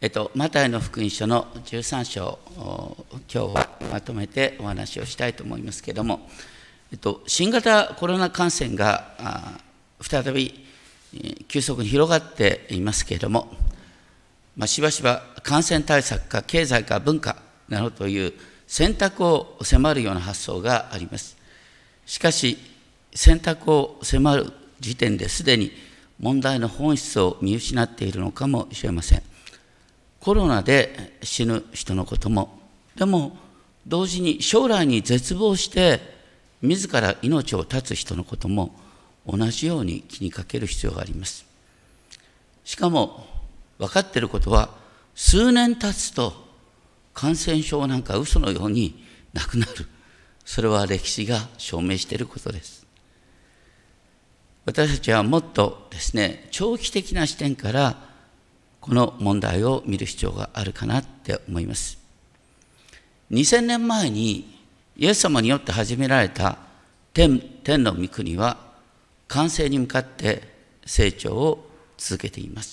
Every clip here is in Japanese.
マタイの福音書の13章、今日はまとめてお話をしたいと思いますけれども、新型コロナ感染が再び急速に広がっていますけれども、しばしば感染対策か経済か文化などという選択を迫るような発想があります。しかし、選択を迫る時点ですでに問題の本質を見失っているのかもしれません。コロナで死ぬ人のことも、でも同時に将来に絶望して自ら命を絶つ人のことも同じように気にかける必要があります。しかも分かっていることは、数年経つと感染症なんか嘘のようになくなる。それは歴史が証明していることです。私たちはもっとですね、長期的な視点からこの問題を見る必要があるかなって思います。2000年前にイエス様によって始められた天の御国は完成に向かって成長を続けています。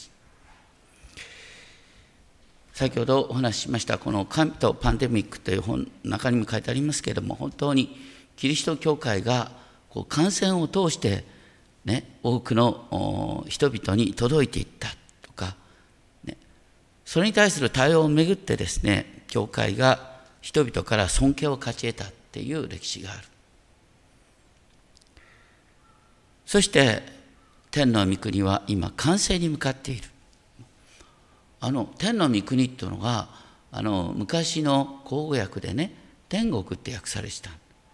先ほどお話ししましたこの神とパンデミックという本の中にも書いてありますけれども、本当にキリスト教会が感染を通して多くの人々に届いていったとか、それに対する対応をめぐってですね、教会が人々から尊敬を勝ち得たっていう歴史がある。そして天の御国は今完成に向かっている。天の御国っていうのが昔の口語訳でね、天国って訳されてた。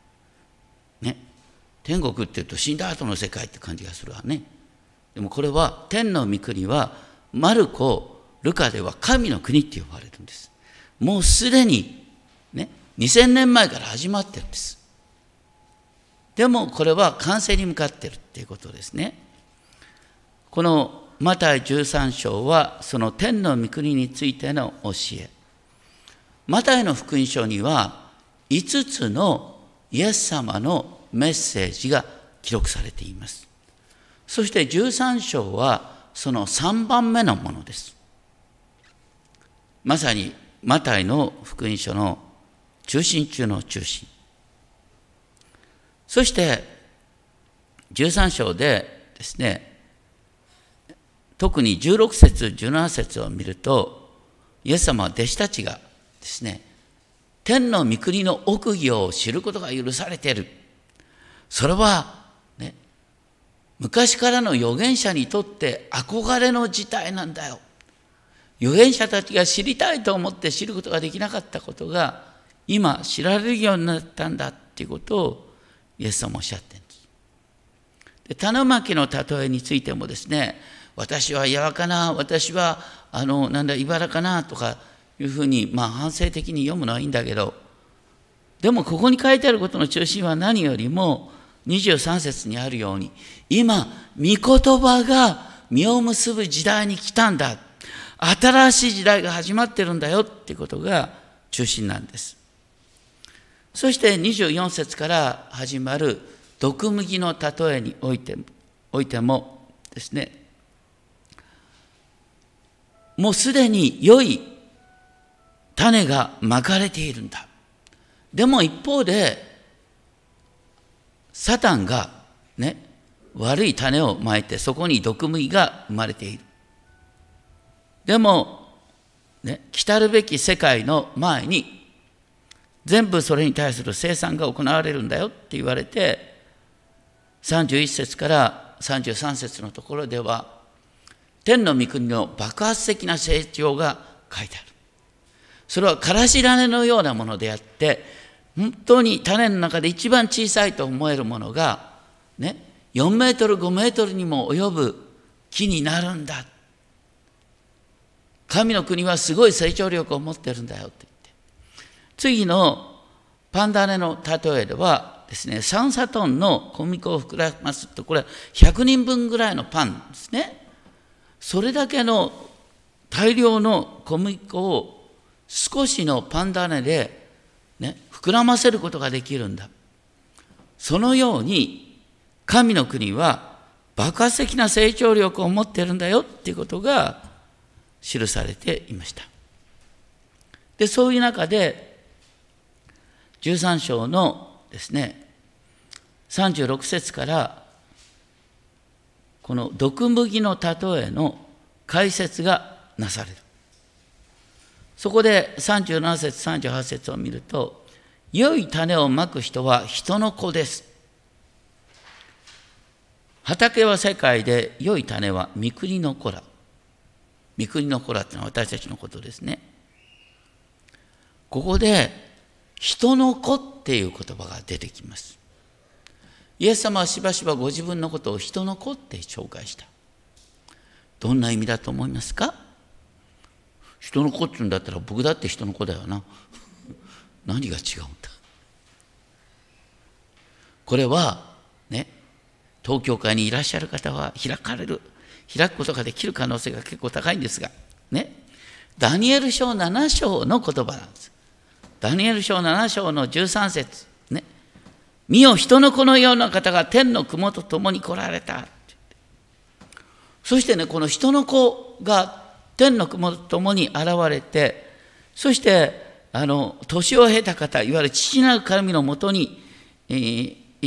天国っていうと死んだ後の世界って感じがするわね。でもこれは天の御国はマルコ、ルカでは神の国って呼ばれるんです。もうすでに2000年前から始まってるんです。でもこれは完成に向かってるっていうことですね。このマタイ13章はその天の御国についての教え。マタイの福音書には5つのイエス様のメッセージが記録されています。そして13章はその3番目のものです。まさにマタイの福音書の中心中の中心。そして13章でですね、特に16節17節を見ると、イエス様は弟子たちがですね、天の御国の奥義を知ることが許されている。それは昔からの預言者にとって憧れの事態なんだよ。預言者たちが知りたいと思って知ることができなかったことが今知られるようになったんだっていうことをイエス様もおっしゃっているんです。で、種まきの例えについてもですね、私はやわかな、私は茨かなとかいうふうに反省的に読むのはいいんだけど、でもここに書いてあることの中心は何よりも23節にあるように、今御言葉が実を結ぶ時代に来たんだ、新しい時代が始まってるんだよっていうことが中心なんです。そして24節から始まる毒麦の例えにおいてもですね、もうすでに良い種がまかれているんだ。でも一方でサタンが悪い種をまいて、そこに毒麦が生まれている。でも来たるべき世界の前に全部それに対する生産が行われるんだよって言われて、31節から33節のところでは天の御国の爆発的な成長が書いてある。それはからし種のようなものであって、本当に種の中で一番小さいと思えるものが4メートル5メートルにも及ぶ木になるんだ。神の国はすごい成長力を持ってるんだよって言って、次のパン種の例えではですね、3サトンの小麦粉を膨らますと、これは100人分ぐらいのパンですね。それだけの大量の小麦粉を少しのパン種で膨らませることができるんだ。そのように神の国は爆発的な成長力を持っているんだよっていうことが記されていました。で、そういう中で、13章のですね、36節から、この毒麦の例えの解説がなされる。そこで37節、38節を見ると、良い種をまく人は人の子です。畑は世界で、良い種は御国の子ら。御国の子らっていうのは私たちのことですね。ここで、人の子っていう言葉が出てきます。イエス様はしばしばご自分のことを人の子って紹介した。どんな意味だと思いますか？人の子って言うんだったら僕だって人の子だよな。何が違うんだ。これはね、東京会にいらっしゃる方は開くことができる可能性が結構高いんですが、ね、ダニエル書7章の言葉なんです。ダニエル書7章の13節ね、見よ人の子のような方が天の雲と共に来られた。そしてね、この人の子が天の雲と共に現れて、そして年を経た方、いわゆる父なる神のもとに、行って、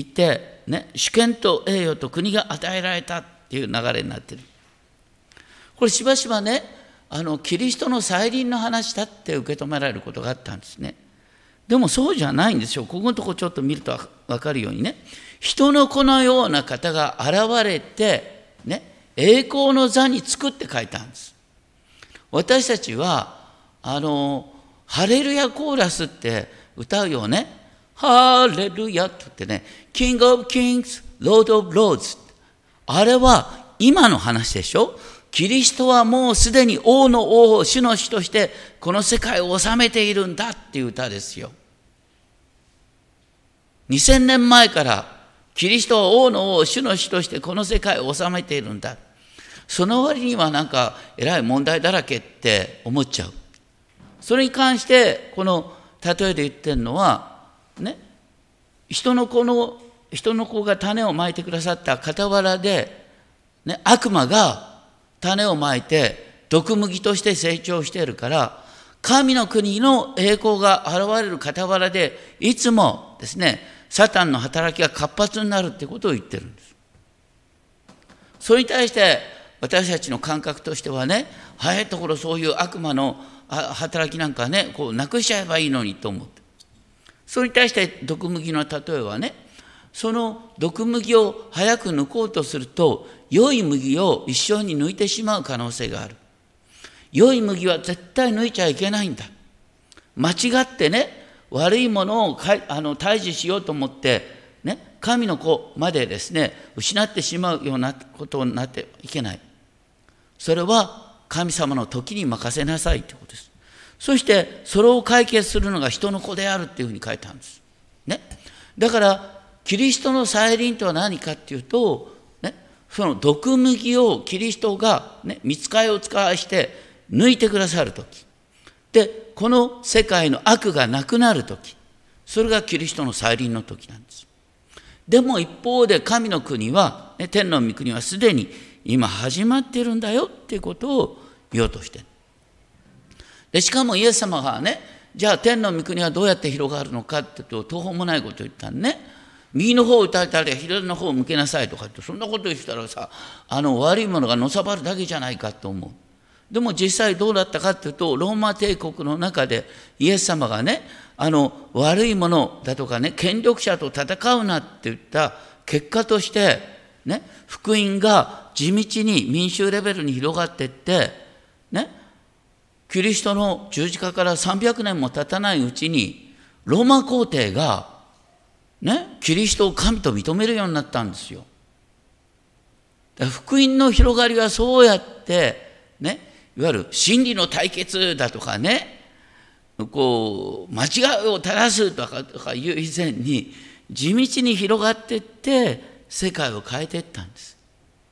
ね、主権と栄誉と国が与えられたっていう流れになっている。これしばしばね、キリストの再臨の話だって受け止められることがあったんですね。でもそうじゃないんですよ。ここのとこちょっと見ると分かるようにね、人の子のような方が現れて、ね、栄光の座につくって書いたんです。私たちはハレルヤコーラスって歌うよね。ハレルヤって言ってね、King of Kings, Lord of Lords。あれは今の話でしょ。キリストはもうすでに王の王、主の主としてこの世界を治めているんだっていう歌ですよ。2000年前からキリストは王の王、主の主としてこの世界を治めているんだ。その割にはなんかえらい問題だらけって思っちゃう。それに関してこの例えで言ってるのはね、人の子が種をまいてくださった傍らで、ね、悪魔が種をまいて毒麦として成長しているから、神の国の栄光が現れる傍らでいつもですね、サタンの働きが活発になるってことを言ってるんです。それに対して私たちの感覚としてはね、早いところそういう悪魔の働きなんかね、こうなくしちゃえばいいのにと思って。それに対して毒麦の例えはね、その毒麦を早く抜こうとすると、良い麦を一緒に抜いてしまう可能性がある。良い麦は絶対抜いちゃいけないんだ。間違ってね、悪いものを退治しようと思って、ね、神の子までですね、失ってしまうようなことになっていけない。それは神様の時に任せなさいということです。そしてそれを解決するのが人の子であるっていうふうに書いてあるんです。ね。だからキリストの再臨とは何かっていうと、ね、その毒麦をキリストが、ね、御使いを使わして抜いてくださるとき。で、この世界の悪がなくなるとき。それがキリストの再臨の時なんです。でも一方で神の国は、ね、天の御国はすでに今始まっているんだよっていうことを言おうとしている。でしかもイエス様がね、じゃあ天の御国はどうやって広がるのかって言うと途方もないことを言ったんね。右の方を打たれたら左の方を向けなさいとかって、そんなこと言ったらさ、悪いものがのさばるだけじゃないかと思う。でも実際どうだったかっていうと、ローマ帝国の中でイエス様がね、悪いものだとかね、権力者と戦うなって言った結果としてね、福音が地道に民衆レベルに広がっていってね、キリストの十字架から300年も経たないうちにローマ皇帝がね、キリストを神と認めるようになったんですよ。だから福音の広がりはそうやってね、いわゆる真理の対決だとかね、こう間違いを正すとかいう以前に地道に広がっていって世界を変えていったんです。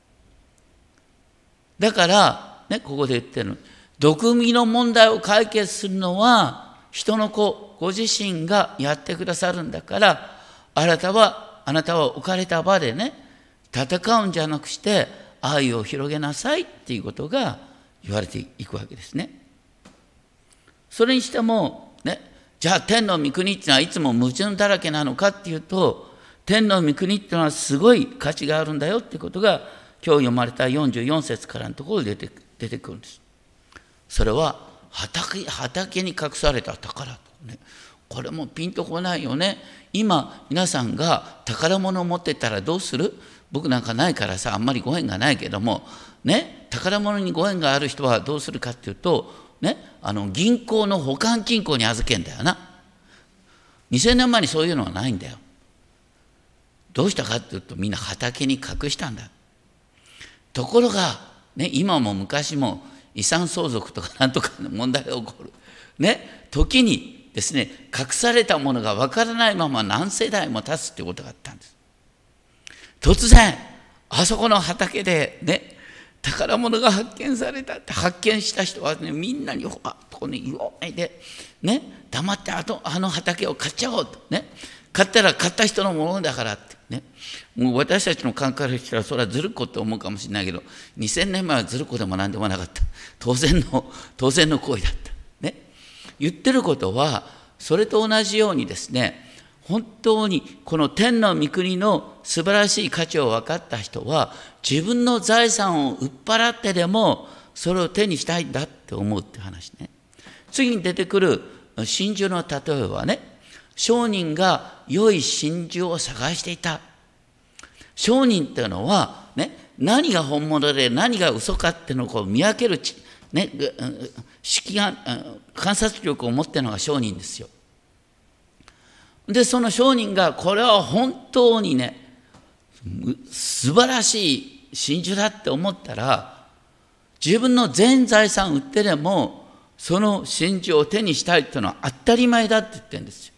だからね、ここで言ってるの、毒味の問題を解決するのは人の子ご自身がやってくださるんだから、あなたは置かれた場でね、戦うんじゃなくして愛を広げなさいっていうことが言われていくわけですね。それにしても、ね、じゃあ天の御国っていうのはいつも矛盾だらけなのかっていうと、天の御国っていうのはすごい価値があるんだよっていうことが、今日読まれた44節からのところで出てくるんです。それは畑に隠された宝とね。これもピンとこないよね。今皆さんが宝物を持ってたらどうする？僕なんかないからさ、あんまりご縁がないけどもね、宝物にご縁がある人はどうするかっていうとね、銀行の保管金庫に預けんだよな。2000年前にそういうのはないんだよ。どうしたかっていうと、みんな畑に隠したんだ。ところが、ね、今も昔も遺産相続とかなんとかの問題が起こる。ね、時にですね、隠されたものが分からないまま何世代も経つっていうことがあったんです。突然、あそこの畑でね、宝物が発見されたって発見した人はね、みんなにここに言わないで、ね、黙ってあの畑を買っちゃおうとね。買ったら買った人のものだからってね。もう私たちの感覚からしたらそれはずるっこって思うかもしれないけど、2000年前はずるっこでも何でもなかった。当然の行為だった。ね。言ってることは、それと同じようにですね、本当にこの天の御国の素晴らしい価値を分かった人は、自分の財産を売っ払ってでもそれを手にしたいんだって思うって話ね。次に出てくる真珠の例えはね、商人が良い真珠を探していた。商人っていうのは、ね、何が本物で何が嘘かっていうのをこう見分ける、ね、観察力を持っているのが商人ですよ。で、その商人がこれは本当にね、素晴らしい真珠だって思ったら、自分の全財産売ってでもその真珠を手にしたいっていうのは当たり前だって言ってるんですよ。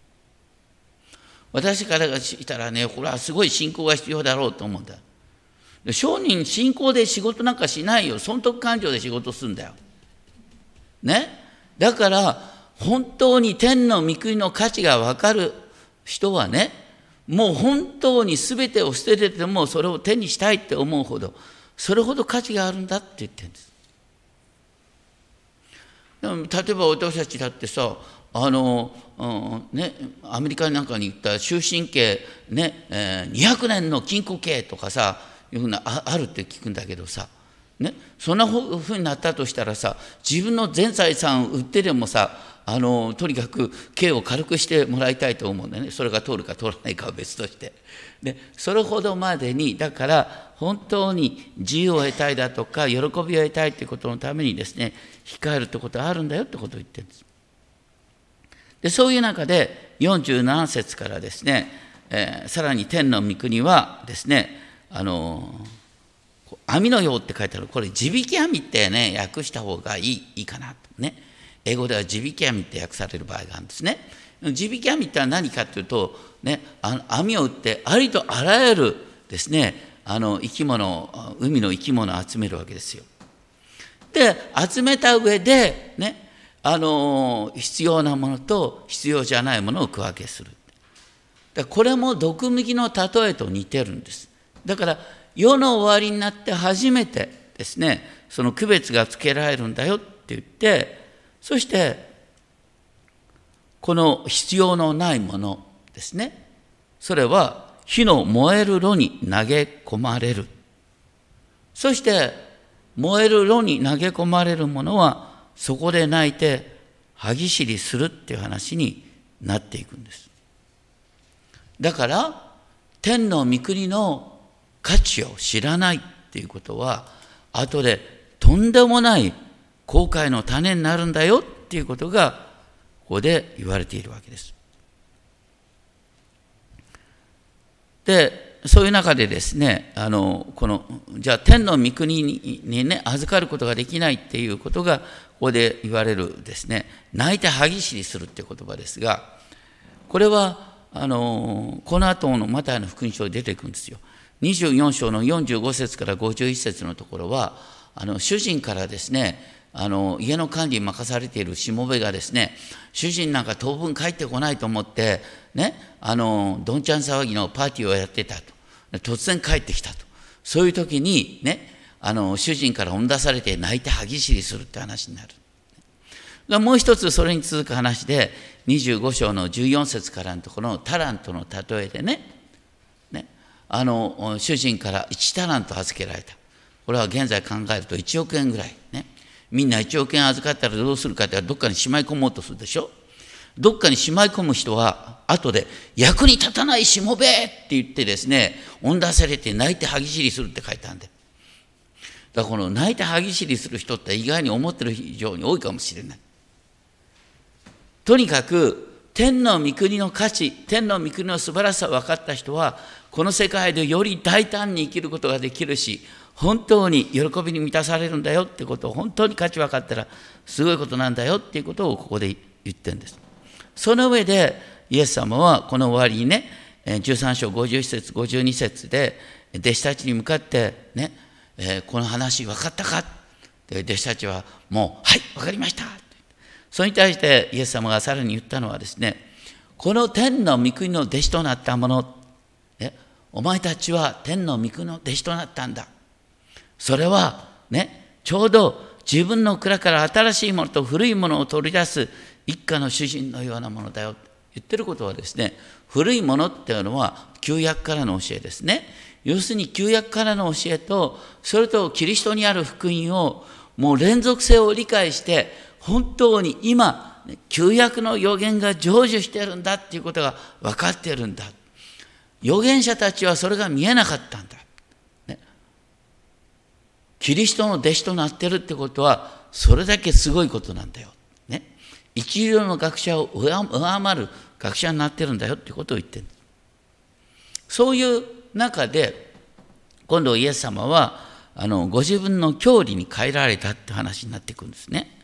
私からがしたらね、これはすごい信仰が必要だろうと思うんだ。商人、信仰で仕事なんかしないよ。損得感情で仕事するんだよ。ね。だから、本当に天の御国の価値が分かる人はね、もう本当に全てを捨てててもそれを手にしたいって思うほど、それほど価値があるんだって言ってるんです。でも例えば私たちだってさ、ね、アメリカなんかに行った終身刑、ね200年の禁錮刑とかさ、いうふうなあるって聞くんだけどさ、ね、そんなふうになったとしたらさ、自分の全財産を売ってでもさ、とにかく刑を軽くしてもらいたいと思うんだよね。それが通るか通らないかは別として。で、それほどまでに、だから本当に自由を得たいだとか、喜びを得たいということのためにですね、控えるってことはあるんだよってことを言ってるんです。で、そういう中で47節からですね、さらに天の御国はですね、網のようって書いてある。これ地引き網ってね、訳した方がいいかなとね。英語では地引き網って訳される場合があるんですね。地引き網って何かというと、ね、網を打ってありとあらゆるですね、生き物、海の生き物を集めるわけですよ。で、集めた上で、ね、必要なものと必要じゃないものを区分けする。これも毒麦の例えと似てるんです。だから世の終わりになって初めてですね、その区別がつけられるんだよって言って、そしてこの必要のないものですね、それは火の燃える炉に投げ込まれる。そして燃える炉に投げ込まれるものはそこで泣いて歯ぎしりするっていう話になっていくんです。だから天の御国の価値を知らないっていうことは、後でとんでもない後悔の種になるんだよっていうことがここで言われているわけです。で、そういう中でですね、じゃあ天の御国にね、預かることができないっていうことがここで言われるですね、泣いて歯ぎしりするっていう言葉ですが、これはこの後のマタイの福音書に出てくるんですよ。24章の45節から51節のところは、主人からですね、家の管理に任されているしもべがですね、主人なんか当分帰ってこないと思って、ね、どんちゃん騒ぎのパーティーをやってたと。突然帰ってきたと。そういう時にね、 主人から追ん出されて泣いて歯ぎしりするって話になる。もう一つそれに続く話で、25章の14節からのところのタラントの例えでね、主人から1タラント預けられた。これは現在考えると1億円ぐらいね。みんな1億円預かったらどうするかってどっかにしまい込もうとするでしょ。どっかにしまい込む人は後で役に立たないしもべって言ってですね、追ん出されて泣いて歯ぎしりするって書いてあるんで。だからこの泣いて歯ぎしりする人って意外に思ってる以上に多いかもしれない。とにかく天の御国の価値、天の御国の素晴らしさを分かった人は、この世界でより大胆に生きることができるし、本当に喜びに満たされるんだよってことを本当に価値分かったらすごいことなんだよっていうことをここで言ってるんです。その上でイエス様はこの終わりにね、13章51節52節で弟子たちに向かってね、この話分かったかって弟子たちはもうはい分かりました。それに対してイエス様がさらに言ったのはですね、この天の御国の弟子となった者、お前たちは天の御国の弟子となったんだ。それはね、ちょうど自分の蔵から新しいものと古いものを取り出す一家の主人のようなものだよ。言ってることはですね、古いものっていうのは旧約からの教えですね。要するに旧約からの教えと、それとキリストにある福音をもう連続性を理解して、本当に今、旧約の預言が成就しているんだっていうことが分かっているんだ。預言者たちはそれが見えなかったんだ。キリストの弟子となってるってことは、それだけすごいことなんだよ。一流の学者を上回る学者になってるんだよっていうことを言ってる。そういう中で、今度イエス様は、ご自分の教理に変えられたって話になっていくんですね。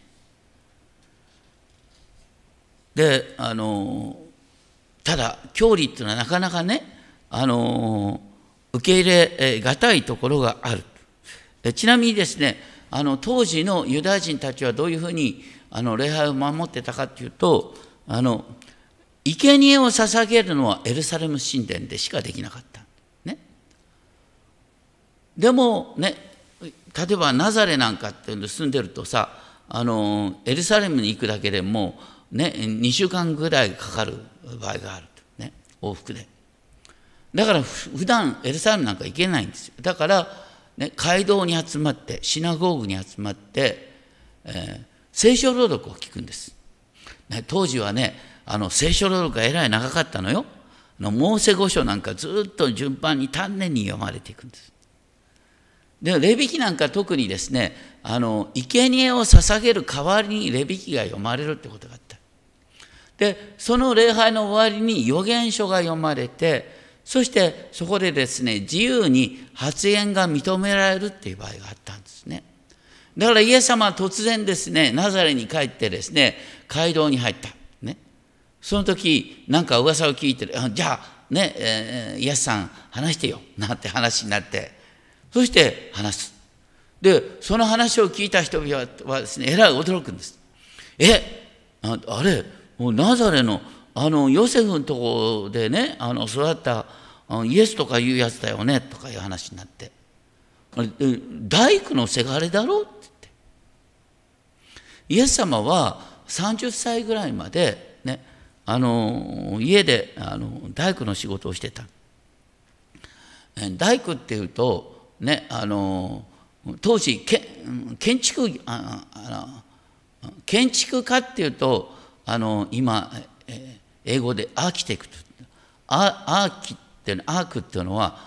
で、ただ、教理っていうのはなかなかね、受け入れがたいところがある。ちなみにですね、当時のユダヤ人たちはどういうふうに礼拝を守ってたかというと、生贄を捧げるのはエルサレム神殿でしかできなかった。ね、でもね、例えばナザレなんかっていうの住んでるとさ、エルサレムに行くだけでもね、2週間ぐらいかかる場合があると、ね、往復で。だから普段エルサレムなんか行けないんですよ。だから街道に集まって、シナゴーグに集まって、聖書朗読を聞くんです。当時はね、聖書朗読がえらい長かったのよ。モーセ五書なんかずっと順番に丹念に読まれていくんです。で、レビ記なんか特にですね、生贄を捧げる代わりにレビ記が読まれるってことがあった。で、その礼拝の終わりに預言書が読まれて、そしてそこでですね、自由に発言が認められるっていう場合があったんですね。だからイエス様は突然ですね、ナザレに帰ってですね、街道に入った。ね、その時、なんか噂を聞いてる。じゃあ、ね、イエスさん話してよ。なんて話になって、そして話す。で、その話を聞いた人々はですね、えらい驚くんです。あれ、もうナザレのヨセフのところでね、育ったイエスとかいうやつだよねとかいう話になって、大工のせがれだろうって言って、イエス様は30歳ぐらいまでね、家で大工の仕事をしてた。大工っていうとね、当時建築家っていうと今英語でアーキテクト、アークっていうのは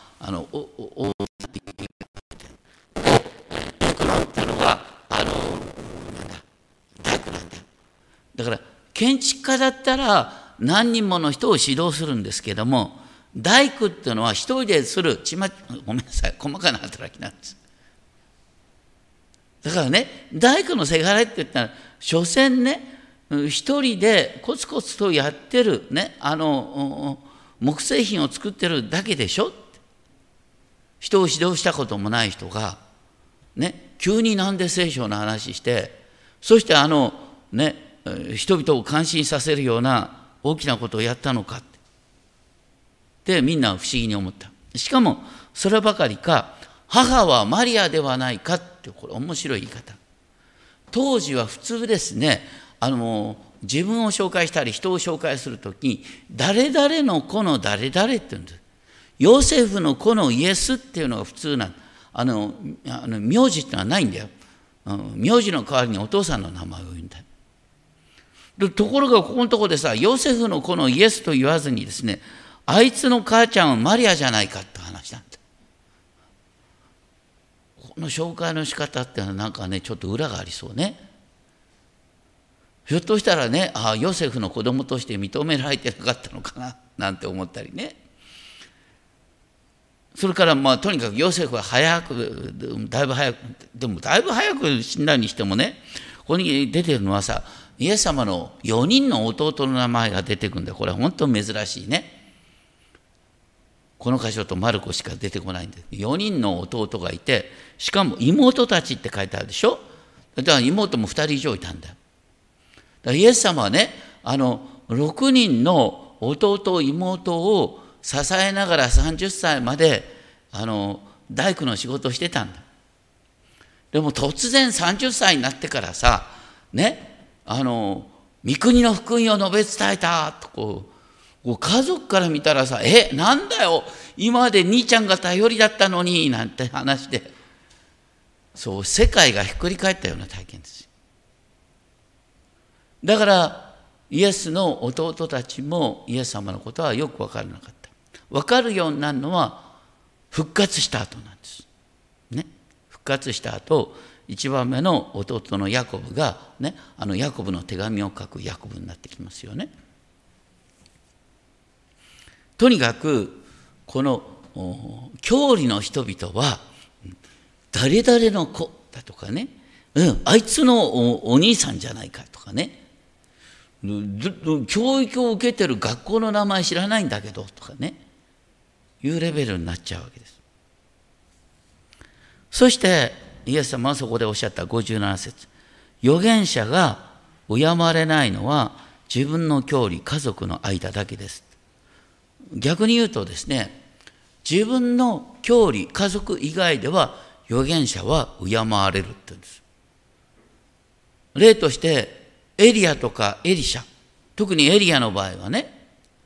だから建築家だったら何人もの人を指導するんですけども、大工っていうのは一人でするごめんなさい、細かな働きなんです。だからね、大工のせがれって言ったら所詮ね、一人でコツコツとやってるね、木製品を作ってるだけでしょ。人を指導したこともない人がね、急になんで聖書の話して、そして人々を感心させるような大きなことをやったのかってみんな不思議に思った。しかもそればかりか、 母はマリアではないかって、これ面白い言い方。当時は普通ですね、自分を紹介したり人を紹介するときに、誰々の子の誰々って言うんです。ヨセフの子のイエスっていうのが普通なん。名字ってのはないんだよ。名字の代わりにお父さんの名前を言うんだよ。ところがここのところでさ、ヨセフの子のイエスと言わずにですね、あいつの母ちゃんはマリアじゃないかって話なんだ。この紹介の仕方ってのはなんかね、ちょっと裏がありそうね。ひょっとしたらね、ヨセフの子供として認められてなかったのかななんて思ったりね。それからとにかくヨセフはだいぶ早く死んだにしてもね、ここに出てるのはさ、イエス様の4人の弟の名前が出てくるんだよ。これは本当に珍しいね。この箇所とマルコしか出てこないんで、4人の弟がいて、しかも妹たちって書いてあるでしょ。だから妹も2人以上いたんだよ。だからイエス様はね、6人の弟妹を支えながら30歳まで大工の仕事をしてたんだ。でも突然30歳になってからさ、ね、御国の福音を述べ伝えたとこう家族から見たらさ、なんだよ、今まで兄ちゃんが頼りだったのになんて話で、そう世界がひっくり返ったような体験ですよ。だからイエスの弟たちもイエス様のことはよく分からなかった。分かるようになるのは復活した後なんです、ね、復活した後、一番目の弟のヤコブがね、ヤコブの手紙を書くヤコブになってきますよね。とにかくこの教理の人々は誰々の子だとかね、あいつのお兄さんじゃないかとかね、教育を受けてる学校の名前知らないんだけどとかね、いうレベルになっちゃうわけです。そしてイエス様はそこでおっしゃった57節、預言者が敬われないのは自分の教理、家族の間だけです。逆に言うとですね、自分の教理、家族以外では預言者は敬われるって言うんです。例としてエリアとかエリシャ、特にエリアの場合はね、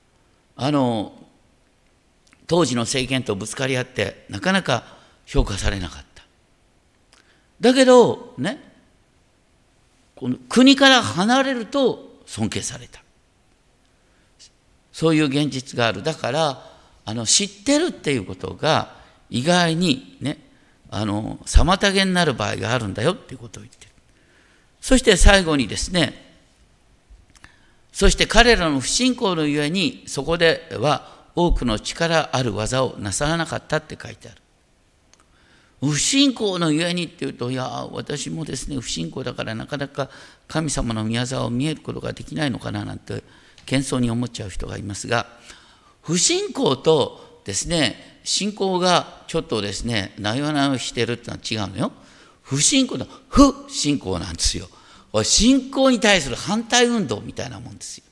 当時の政権とぶつかり合ってなかなか評価されなかった。だけどね、この国から離れると尊敬された。そういう現実がある。だから知ってるっていうことが意外にね、妨げになる場合があるんだよっていうことを言ってる。そして最後にですね、そして彼らの不信仰のゆえにそこでは多くの力ある技をなさらなかったって書いてある。不信仰のゆえにっていうと、いや私もですね不信仰だからなかなか神様の御業を見えることができないのかななんて謙遜に思っちゃう人がいますが、不信仰とですね信仰がちょっとですねなよなよしてるってのは違うのよ。不信仰の不信仰なんですよ。信仰に対する反対運動みたいなもんですよ。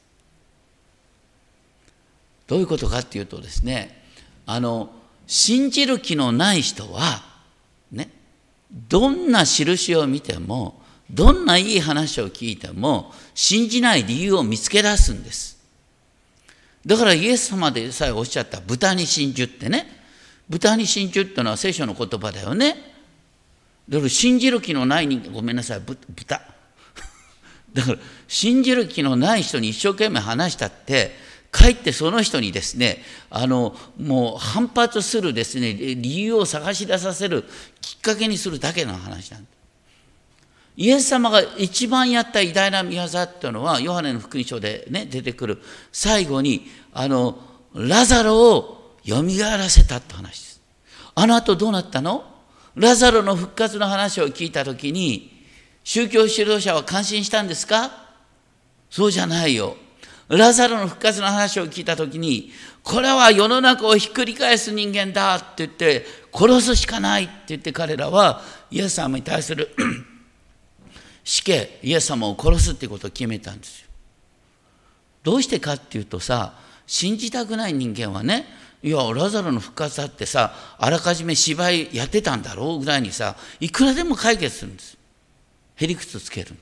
どういうことかっていうとですね、信じる気のない人はね、どんな印を見ても、どんないい話を聞いても信じない理由を見つけ出すんです。だからイエス様でさえおっしゃった豚に真珠ってね、豚に真珠ってのは聖書の言葉だよね。だから信じる気のない人間、ごめんなさい、豚だから信じる気のない人に一生懸命話したってかえってその人にですね、もう反発するですね理由を探し出させるきっかけにするだけの話なんだ。イエス様が一番やった偉大な御業っていうのはヨハネの福音書でね出てくる最後にラザロをよみがえらせたって話です。あの後どうなったの？ラザロの復活の話を聞いたときに宗教指導者は感心したんですか？そうじゃないよ。ラザロの復活の話を聞いたときに、これは世の中をひっくり返す人間だって言って殺すしかないって言って、彼らはイエス様に対する死刑、イエス様を殺すっていうことを決めたんですよ。どうしてかっていうとさ、信じたくない人間はね、 いや、ラザロの復活だってさ、あらかじめ芝居やってたんだろうぐらいにさ、いくらでも解決するんです。へりくつつけるんです。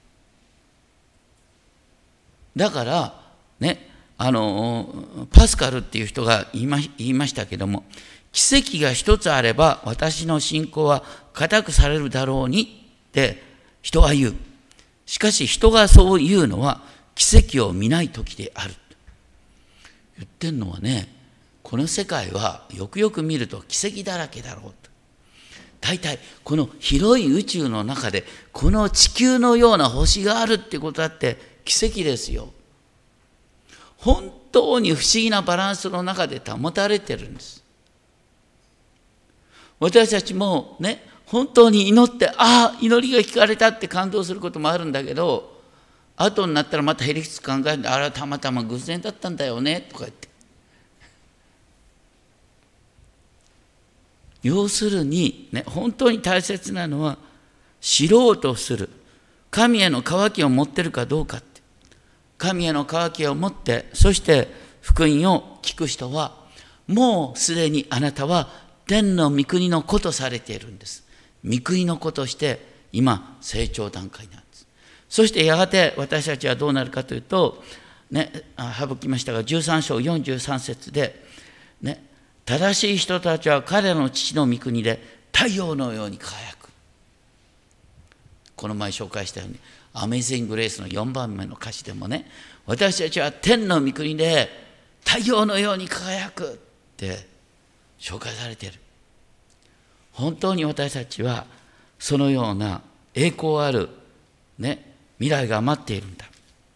だからね、パスカルっていう人が言いましたけども、奇跡が一つあれば私の信仰は固くされるだろうにって人は言う。しかし人がそう言うのは奇跡を見ない時である。言ってんのはね、この世界はよくよく見ると奇跡だらけだろうと。大体この広い宇宙の中でこの地球のような星があるってことだって奇跡ですよ。本当に不思議なバランスの中で保たれてるんです。私たちもね、本当に祈って、祈りが聞かれたって感動することもあるんだけど、後になったらまたへりくつ考えて、あれはたまたま偶然だったんだよねとか言って。要するに、ね、本当に大切なのは知ろうとする。神への渇きを持ってるかどうかって。神への渇きを持って、そして福音を聞く人は、もうすでにあなたは天の御国の子とされているんです。御国の子として今成長段階なんです。そしてやがて私たちはどうなるかというと、ね、省きましたが13章43節で、ね、正しい人たちは彼らの父の御国で太陽のように輝く。この前紹介したようにアメイジング・グレースの4番目の歌詞でもね、私たちは天の御国で太陽のように輝くって紹介されている。本当に私たちはそのような栄光ある、ね、未来が待っているんだ。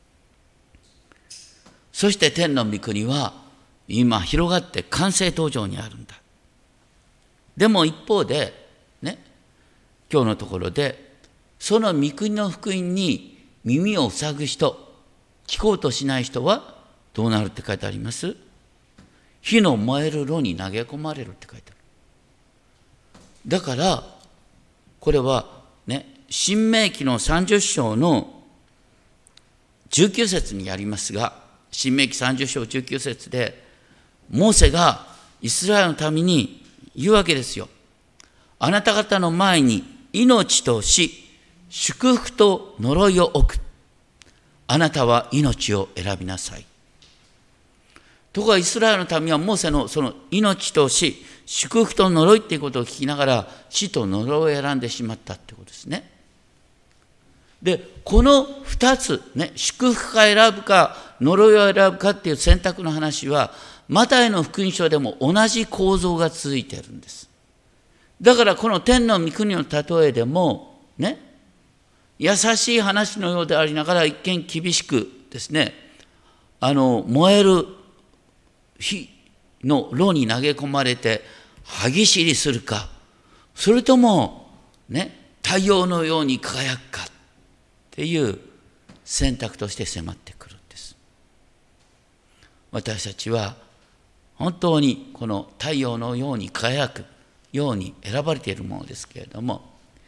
そして天の御国は今広がって完成途上にあるんだ。でも一方で、ね、今日のところでその御国の福音に耳を塞ぐ人、聞こうとしない人はどうなるって書いてあります？火の燃える炉に投げ込まれるって書いてある。だからこれはね、申命記の30章の19節にありますが、申命記30章19節でモーセがイスラエルのために言うわけですよ。あなた方の前に命と死、祝福と呪いを置く。あなたは命を選びなさい。ところがイスラエルの民はモーセのその命と死、祝福と呪いっていうことを聞きながら死と呪いを選んでしまったってことですね。で、この2つ、ね、祝福か選ぶか呪いを選ぶかっていう選択の話はマタイの福音書でも同じ構造が続いているんです。だからこの天の御国の例えでもね、優しい話のようでありながら一見厳しくですね、燃える火の炉に投げ込まれて歯ぎしりするか、それともね、太陽のように輝くかっていう選択として迫ってくるんです。私たちは本当にこの太陽のように輝くように選ばれているものですけれども、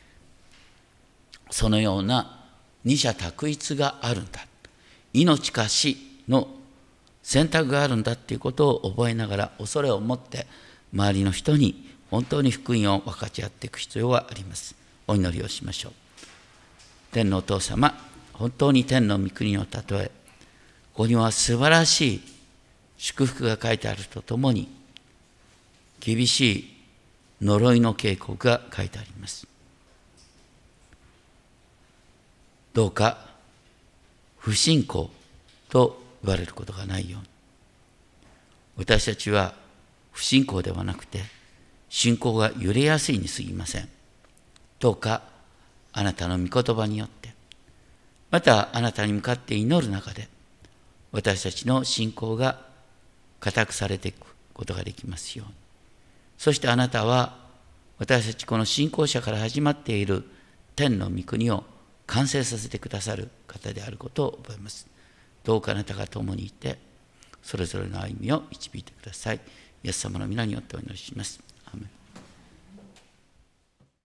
そのような二者択一があるんだ、命か死の選択があるんだっていうことを覚えながら、恐れを持って周りの人に本当に福音を分かち合っていく必要があります。お祈りをしましょう。天のお父様、本当に天の御国の例え、ここには素晴らしい祝福が書いてあるとともに、厳しい呪いの警告が書いてあります。どうか不信仰と言われることがないように、私たちは不信仰ではなくて信仰が揺れやすいに過ぎません。どうかあなたの御言葉によって、またあなたに向かって祈る中で、私たちの信仰が固くされていくことができますように。そしてあなたは私たちこの信仰者から始まっている天の御国を完成させてくださる方であることを覚えます。どうかあなたが共にいて、それぞれの歩みを導いてください。イエス様の皆によってお祈りします。